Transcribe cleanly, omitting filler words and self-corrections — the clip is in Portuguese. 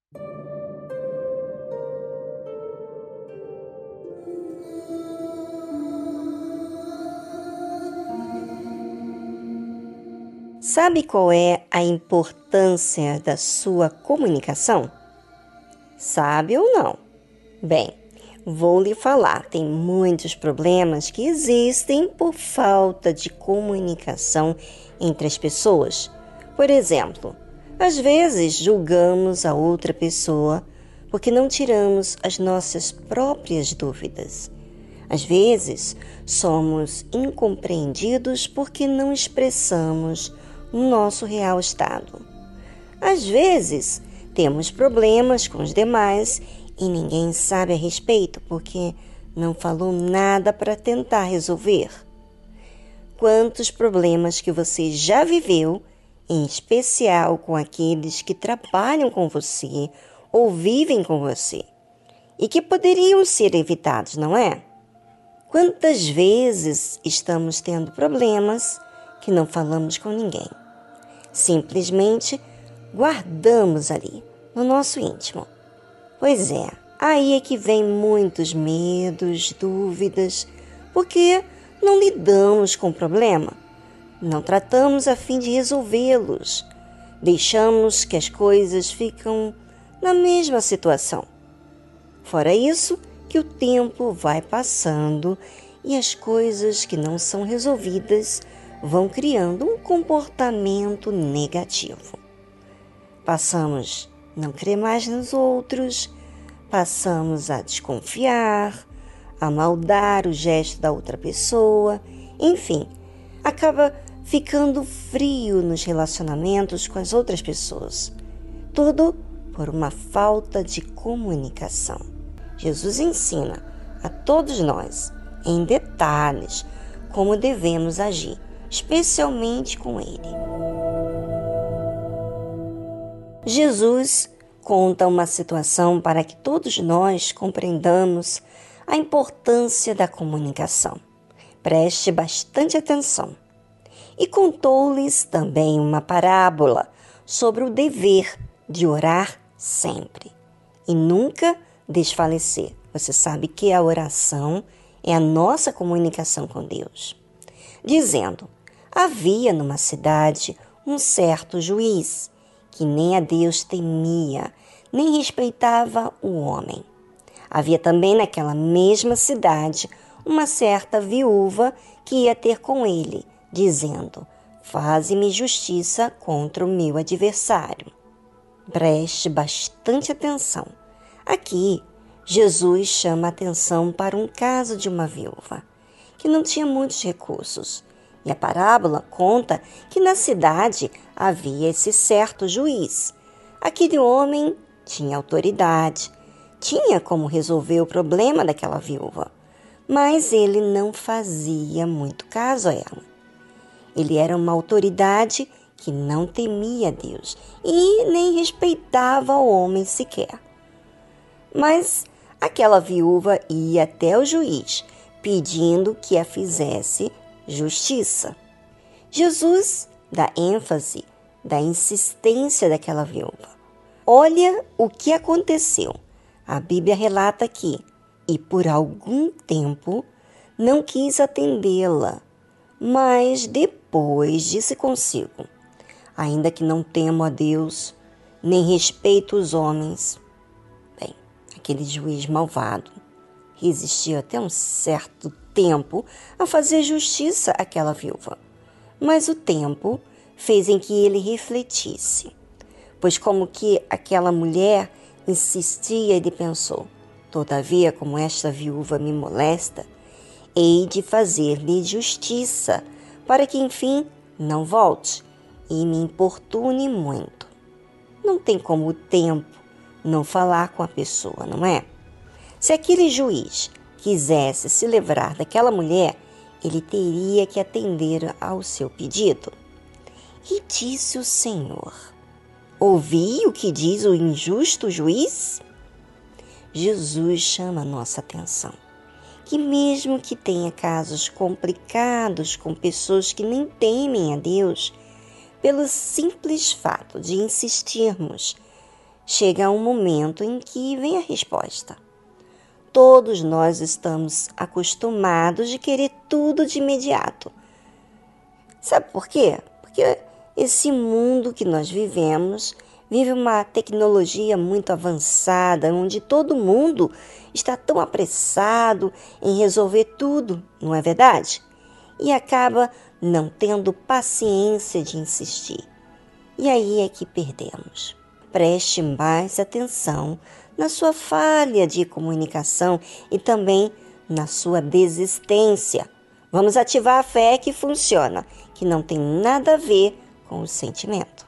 Sabe qual é a importância da sua comunicação? Sabe ou não? Bem, vou lhe falar, tem muitos problemas que existem por falta de comunicação entre as pessoas. Por exemplo, às vezes julgamos a outra pessoa porque não tiramos as nossas próprias dúvidas. Às vezes, somos incompreendidos porque não expressamos o nosso real estado. Às vezes, temos problemas com os demais e ninguém sabe a respeito porque não falou nada para tentar resolver. Quantos problemas que você já viveu, em especial com aqueles que trabalham com você ou vivem com você, e que poderiam ser evitados, não é? Quantas vezes estamos tendo problemas que não falamos com ninguém? Simplesmente guardamos ali, no nosso íntimo. Pois é, aí é que vem muitos medos, dúvidas, porque não lidamos com o problema, não tratamos a fim de resolvê-los, deixamos que as coisas ficam na mesma situação. Fora isso, que o tempo vai passando e as coisas que não são resolvidas vão criando um comportamento negativo. Passamos a não crer mais nos outros, passamos a desconfiar, a maldar o gesto da outra pessoa, enfim, acaba ficando frio nos relacionamentos com as outras pessoas. Tudo por uma falta de comunicação. Jesus ensina a todos nós, em detalhes, como devemos agir, especialmente com Ele. Jesus conta uma situação para que todos nós compreendamos a importância da comunicação. Preste bastante atenção. E contou-lhes também uma parábola sobre o dever de orar sempre e nunca desfalecer. Você sabe que a oração é a nossa comunicação com Deus. Dizendo, havia numa cidade um certo juiz, que nem a Deus temia, nem respeitava o homem. Havia também naquela mesma cidade uma certa viúva que ia ter com ele, dizendo, faze-me justiça contra o meu adversário. Preste bastante atenção. Aqui, Jesus chama a atenção para um caso de uma viúva, que não tinha muitos recursos. E a parábola conta que na cidade havia esse certo juiz. Aquele homem tinha autoridade, tinha como resolver o problema daquela viúva, mas ele não fazia muito caso a ela. Ele era uma autoridade que não temia Deus e nem respeitava o homem sequer. Mas aquela viúva ia até o juiz, pedindo que a fizesse justiça. Jesus dá ênfase da insistência daquela viúva. Olha o que aconteceu. A Bíblia relata aqui, e por algum tempo não quis atendê-la, mas depois disse consigo, ainda que não temo a Deus, nem respeito os homens. Bem, aquele juiz malvado resistiu até um certo tempo a fazer justiça àquela viúva. Mas o tempo fez em que ele refletisse, pois como que aquela mulher insistia, ele pensou, todavia, como esta viúva me molesta, hei de fazer-lhe justiça, para que, enfim, não volte e me importune muito. Não tem como o tempo não falar com a pessoa, não é? Se aquele juiz quisesse se livrar daquela mulher, ele teria que atender ao seu pedido. E disse o Senhor, ouvi o que diz o injusto juiz? Jesus chama a nossa atenção, que mesmo que tenha casos complicados com pessoas que nem temem a Deus, pelo simples fato de insistirmos, chega um momento em que vem a resposta. Todos nós estamos acostumados de querer tudo de imediato. Sabe por quê? Porque esse mundo que nós vivemos vive uma tecnologia muito avançada, onde todo mundo está tão apressado em resolver tudo, não é verdade? E acaba não tendo paciência de insistir. E aí é que perdemos. Preste mais atenção na sua falha de comunicação e também na sua desistência. Vamos ativar a fé que funciona, que não tem nada a ver com o sentimento.